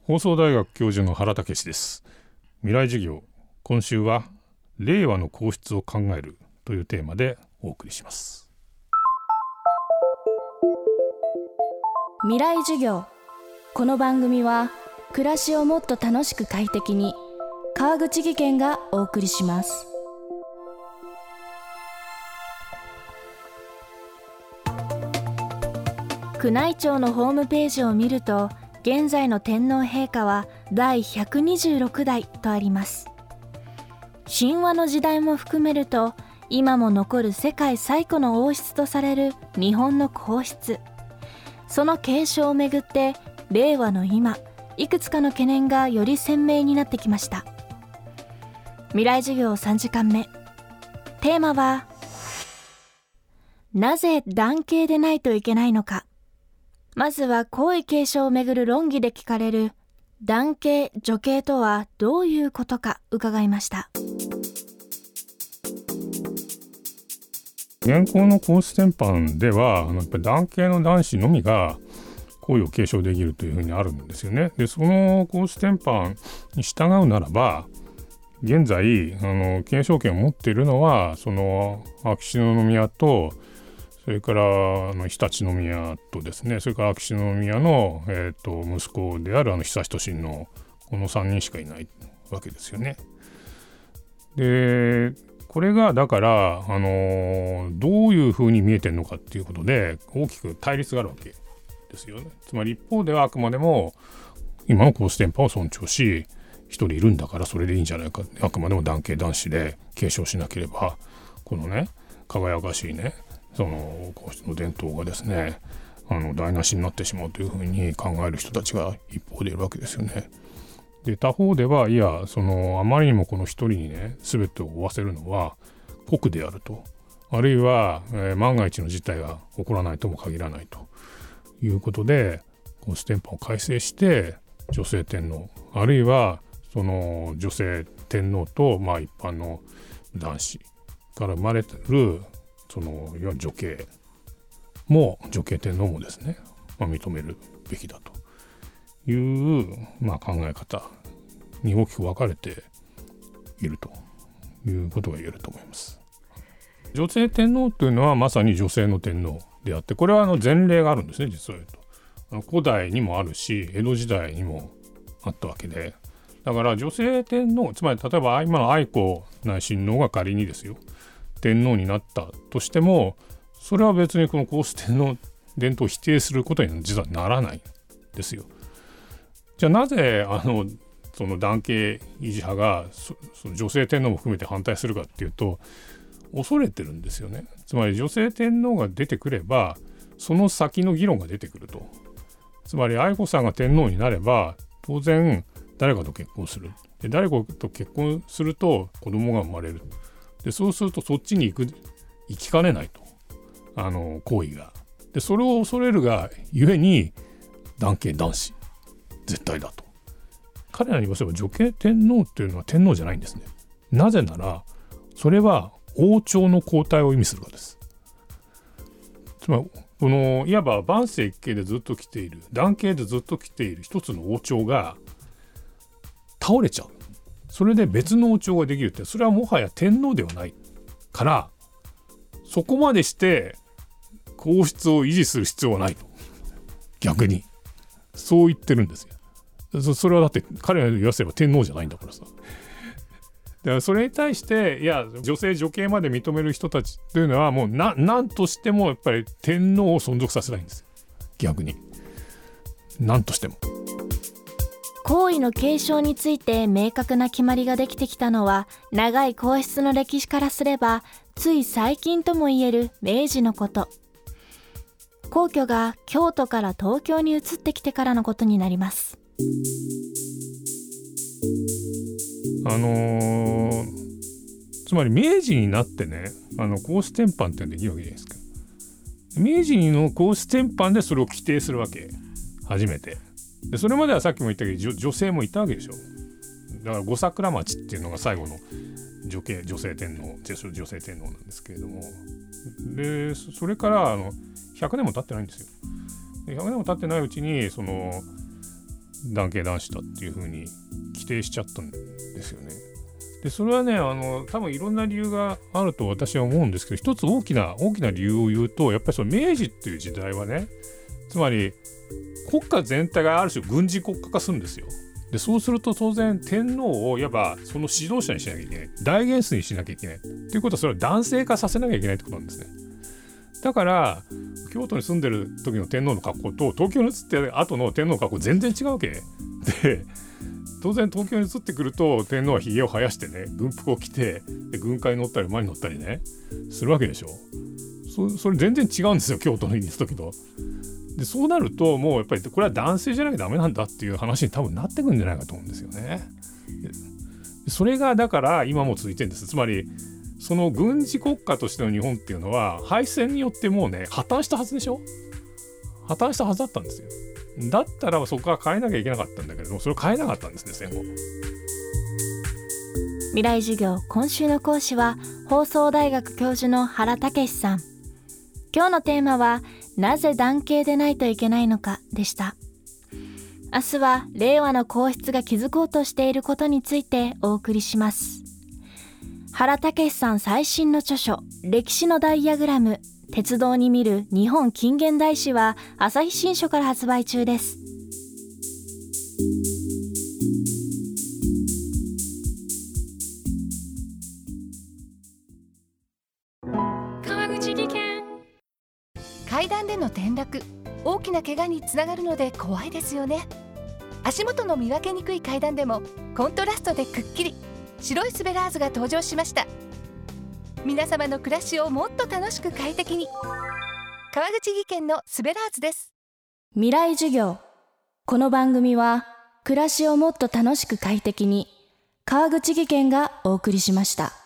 放送大学教授の原武史です。未来授業、今週は令和の皇室を考えるというテーマでお送りします。 未来授業。この番組は暮らしをもっと楽しく快適に、川口義賢がお送りします。宮内庁のホームページを見ると、現在の天皇陛下は第126代とあります。神話の時代も含めると、今も残る世界最古の王室とされる日本の皇室。その継承をめぐって、令和の今、いくつかの懸念がより鮮明になってきました。未来授業3時間目。テーマは、なぜ男系でないといけないのか。まずは皇位継承をめぐる論議で聞かれる男系・女系とはどういうことか伺いました。 現行の皇室典範ではやっぱり男系の男子のみが皇位を継承できるというふうにあるんですよね。でその皇室典範に従うならば、現在継承権を持っているのはその秋篠宮と、それから常陸宮とですね、それから秋篠宮の、息子である悠仁親王、この3人しかいないわけですよね。でこれがだから、どういうふうに見えてるのかっていうことで大きく対立があるわけですよね。つまり一方ではあくまでも今の皇室典範を尊重し、一人いるんだからそれでいいんじゃないか、あくまでも男系男子で継承しなければ、このね輝かしいねその皇室の伝統がですね台無しになってしまうというふうに考える人たちが一方でいるわけですよね。で他方では、いやあまりにもこの一人にね全てを負わせるのは酷であると、あるいは、万が一の事態が起こらないとも限らないということで、皇室典範を改正して女性天皇、あるいはその女性天皇と、一般の男子から生まれるそのいわゆる女系天皇もですね、認めるべきだという、考え方に大きく分かれているということが言えると思います。女性天皇というのはまさに女性の天皇であって、これは前例があるんですね。実は言うと古代にもあるし、江戸時代にもあったわけで、だから女性天皇、つまり例えば今の愛子内親王が仮にですよ天皇になったとしても、それは別にこの皇室天皇伝統を否定することに実はならないんですよ。じゃあなぜその男系維持派がその女性天皇も含めて反対するかっていうと、恐れてるんですよね。つまり女性天皇が出てくればその先の議論が出てくると。つまり愛子さんが天皇になれば当然誰かと結婚する。で誰かと結婚すると子供が生まれる。でそうするとそっちに行きかねないと、行為が。でそれを恐れるがゆえに男系男子絶対だと。彼らに言わせれば女系天皇っていうのは天皇じゃないんですね。なぜならそれは王朝の交代を意味するからです。つまりこのいわば万世一系でずっと来ている、男系でずっと来ている一つの王朝が倒れちゃう。それで別の王朝ができるって、それはもはや天皇ではないから、そこまでして皇室を維持する必要はないと、逆にそう言ってるんですよ。それはだって彼らに言わせれば天皇じゃないんだからさ。だからそれに対して、いや女性女系まで認める人たちというのはもう何としてもやっぱり天皇を存続させたいんですよ。逆に何としても。 皇位の継承について明確な決まりができてきたのは、長い皇室の歴史からすればつい最近ともいえる明治のこと。皇居が京都から東京に移ってきてからのことになります。 つまり明治になってね、皇室典範ってできるわけじゃないですか。明治の皇室典範でそれを規定するわけ、初めて。でそれまではさっきも言ったけど女性もいたわけでしょ。だから五桜町っていうのが最後の女性天皇なんですけれども、でそれから100年も経ってないんですよ。で100年も経ってないうちにその男系男子だっていう風に規定しちゃったんですよね。でそれはね多分いろんな理由があると私は思うんですけど、一つ大きな理由を言うと、やっぱりその明治っていう時代はね、つまり国家全体がある種軍事国家化するんですよ。でそうすると当然天皇をいわばその指導者にしなきゃいけない、大元帥にしなきゃいけないということは、それは男性化させなきゃいけないってことなんですね。だから京都に住んでる時の天皇の格好と東京に移って後の天皇の格好全然違うわけで、当然東京に移ってくると天皇はひげを生やしてね、軍服を着てで軍艦に乗ったり馬に乗ったりねするわけでしょ。それ全然違うんですよ、京都にいる時と。でそうなるともうやっぱりこれは男性じゃなきゃダメなんだっていう話に多分なってくるんじゃないかと思うんですよね。それがだから今も続いてるんです。つまりその軍事国家としての日本っていうのは敗戦によってもうね破綻したはずでしょ。破綻したはずだったんですよ。だったらそこは変えなきゃいけなかったんだけれども、それを変えなかったんですね、戦後。 未来授業、今週の講師は放送大学教授の原武さん。今日のテーマはなぜ男系でないといけないのかでした。明日は令和の皇室が築こうとしていることについてお送りします。原武さん最新の著書、歴史のダイヤグラム、鉄道に見る日本近現代史は朝日新書から発売中です。 川口技研。階段での転落、大きな怪我につながるので怖いですよね。足元の見分けにくい階段でもコントラストでくっきり白いスベラーズが登場しました。皆様の暮らしをもっと楽しく快適に、川口技研のスベラーズです。 未来授業。この番組は暮らしをもっと楽しく快適に、川口技研がお送りしました。